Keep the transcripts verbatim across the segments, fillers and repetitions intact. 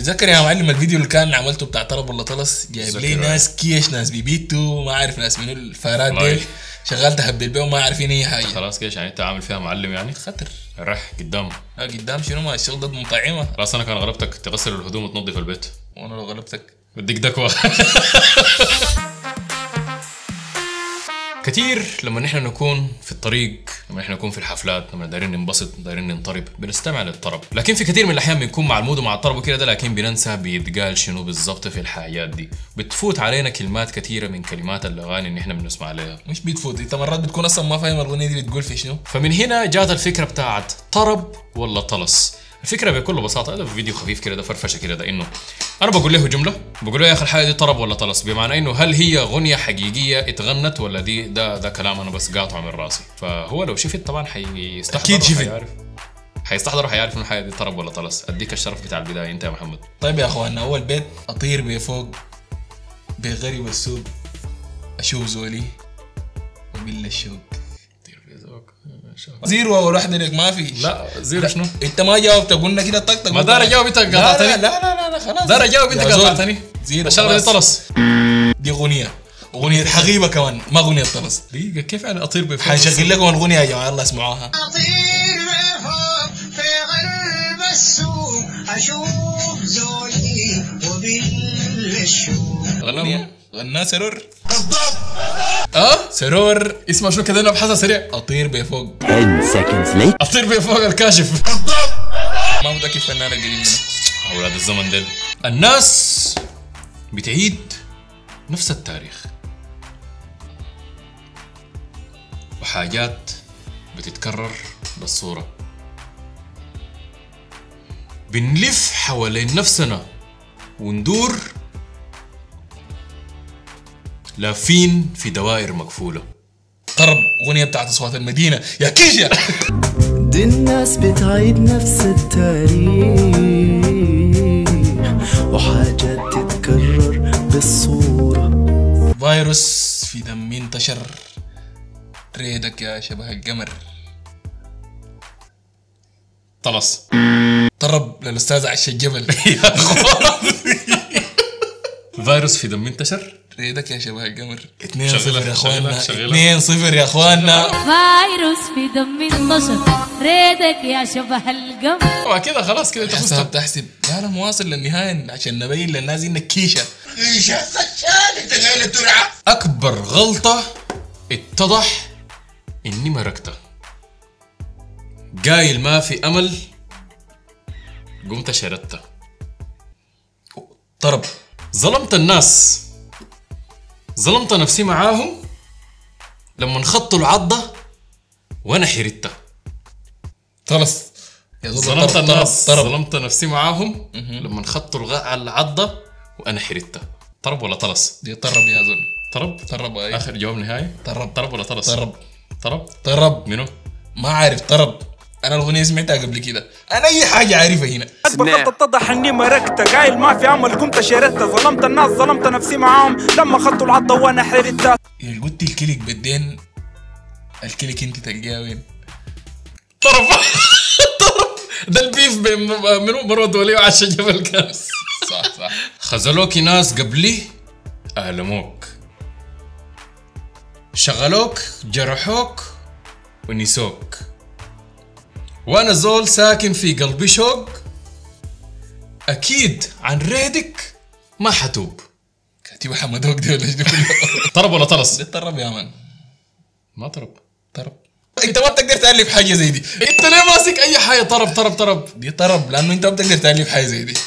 تتذكر يا معلم الفيديو اللي كان عملته بتاع طرب ولا طلس؟ جايب لي ناس كيش، ناس بيبيتو، ما عارف ناس منو الفارات ديل، شغال تهبل بيهم ما عارفين اي حاجه. خلاص كيش يعني انت عامل فيها معلم يعني؟ خطر. رح قدام. اه قدام شنو؟ ما الشغل ضد مطعمه. خلاص انا كان غلبتك تغسل الهدوم وتنظف البيت. وانا لو غلبتك بديك دكوه. كتير لما نحن نكون في الطريق، لما نحن نكون في الحفلات، لما دايرين ننبسط، دايرين ننطرب، بنستمع للطرب. لكن في كثير من الاحيان بنكون مع المود ومع الطرب وكده ده، لكن بننسى بيتقال شنو بالضبط في الحاجات دي. بتفوت علينا كلمات كثيره من كلمات الاغاني اللي نحن بنسمع عليها. مش بتفوت، انت مرات بتكون اصلا ما فاهم الاغنيه دي بتقول في شنو. فمن هنا جات الفكره بتاعت طرب ولا طلس. الفكره بكل بساطه، هذا فيديو خفيف كده، ده فرفشه كده، ده انه انا بقول له جمله، بقول له يا اخي الحاجه دي طرب ولا طلس، بمعنى انه هل هي غنيه حقيقيه اتغنت ولا دي ده ده كلام انا بس قاطعه من راسي. فهو لو شفت طبعا حيستحضر، اكيد شفت، حيعرف حيستحضر وحيعرف انه الحاجه دي طرب ولا طلس. اديك الشرف بتاع البدايه انت يا محمد. طيب يا اخواننا، اول بيت اطير بفوق بغريب السوق، اشوف زولي وبلا الشوق. زيرو اول واحده لك ما في. لا زيرو شنو؟ انت ما جاوبت، قلنا كده طق طق. ما دار اجاوب انت قاطعتني. لا لا لا لا خلاص دار اجاوب انت قاطعتني. زيرو الشغله دي طلس. دي اغنيه، اغنيه حقيبه كمان، ما اغنيه طلس. دقيقه كيف يعني اطير بفوق؟ حنشغل لكم الاغنيه يا جماعه، يلا اسمعوها. اطير بفوق في غرب السوق، اشوف زولي وبلا الشوق. غنى غنى سرور. اه سرور اسمع شو كده، ابحثها سريع. اطير بفوق ten seconds later. اطير بفوق الكاشف. ما متاكد فنان القديم منه. اولاد الزمن ديل. الناس بتعيد نفس التاريخ، وحاجات بتتكرر بالصورة، بنلف حوالين نفسنا وندور لافين في دوائر مقفولة. طرب اغنيه بتاعت اصوات المدينه يا كيشا. دي الناس بتعيد نفس التاريخ وحاجات تتكرر بالصورة. فيروس في دمي انتشر، ريدك يا شبه القمر. طلس. طرب للاستاذ عش الجبل. فيروس في دمي انتشر، ريدك يا شبه القمر. اثنين صفر يا اخواننا، شغلة. اثنين صفر يا اخواننا. فيروس في دمي انتشر، ريدك يا شبه القمر. وكده خلاص كده انت حسب تحسب. لا لا مواصل للنهايه عشان نبين للناس انك كيشه. كيشة سجال انت قايل الترعه. اكبر غلطة اتضح اني مرقتها، قايل ما في امل، قمت شردتها. طرب. ظلمت الناس، ظلمت نفسي معاهم لما انخطوا العضة وانا حردتها. طلس. ظلمت الناس، ظلمت نفسي معاهم لما انخطوا الغ... العضة وانا حردتها. طرب ولا طلس؟ دي طرب يا زول. طرب. طرب اي. اخر جواب نهائي. طرب. طرب ولا طلس؟ طرب. طرب. طرب. منو؟ ما عارف. طرب. انا الاغنيه سمعتها قبل كده، انا اي حاجه عارفها هنا. اكبر غلطه اتضح اني مرقتها، قايل ما في امل قمت شردتها. ظلمت الناس، ظلمت نفسي معاهم لما خطوا العضه وانا حردتها. يا قلت الكليك بدين، الكليك انت تلقاها وين؟ طرب. طرب ده البيف بين منو مروه دوليه وعشا جبل كاس. صح صح. خذلوك ناس قبلي ألموك، شغلوك جرحوك ونسوك، وانا زول ساكن في قلبي شوق، اكيد عن ريدك ما حتوب. كاتبه حمدوك دي ولا شنو؟ طرب ولا طلس؟ دي طرب يا مان. ما طرب. طرب. انت ما بتقدر تالف حاجه زي دي. انت ليه ماسك اي حاجه طرب طرب طرب؟ دي طرب لانه انت ما بتقدر تالف حاجه زي دي.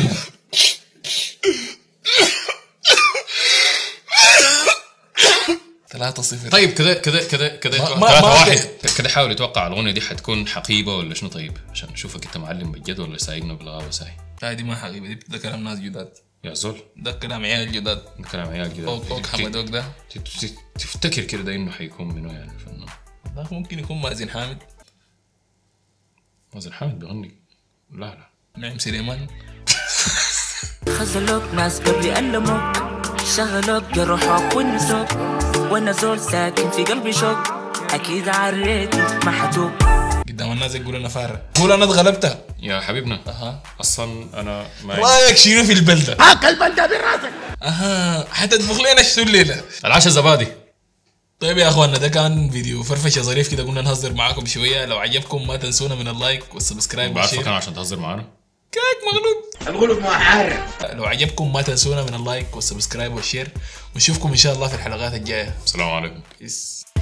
ثلاثة صفر. طيب كذا كذا كذا كذا ما- ثلاثة ما- ما واحد كده. كذا. حاول يتوقع الاغنيه دي حتكون حقيبه ولا شنو؟ طيب عشان نشوفك انت معلم بجد ولا سايقنا بالغابه ساي. لا دي ما حقيقة، دي ده كلام ناس جداد، يا زول ده كلام عيال جداد. ده كلام عيال كده. اوك اوك حمدوك ده تفتكر كده ده انه حيكون منو يعني الفنان؟ ده ممكن يكون مازن حامد. مازن حامد بيغني؟ لا لا. نعيم سليمان. خذلوك ناس قبلي ألموك، شغلوك جرحوك ونسوك، وانا زول ساكن في قلبي شوق، اكيد عريت ما حتوب. قدام الناس يقولوا انا فارق. قول انا اتغلبتها يا حبيبنا. اها اصلا انا ما رايك شنو في البلده؟ هاك البلدة براسك. اها حتطبخ لنا شنو الليله؟ العشاء زبادي. طيب يا اخواننا ده كان فيديو فرفشه ظريف كده، قلنا نهزر معاكم شويه. لو عجبكم ما تنسونا من اللايك والسبسكرايب بعرفك والشير. انا عشان تهزر معانا. كاك مغلوب. الغلب ما عارف. لو عجبكم ما تنسونا من اللايك والسبسكرايب والشير، ونشوفكم ان شاء الله في الحلقات الجايه. السلام عليكم. Peace.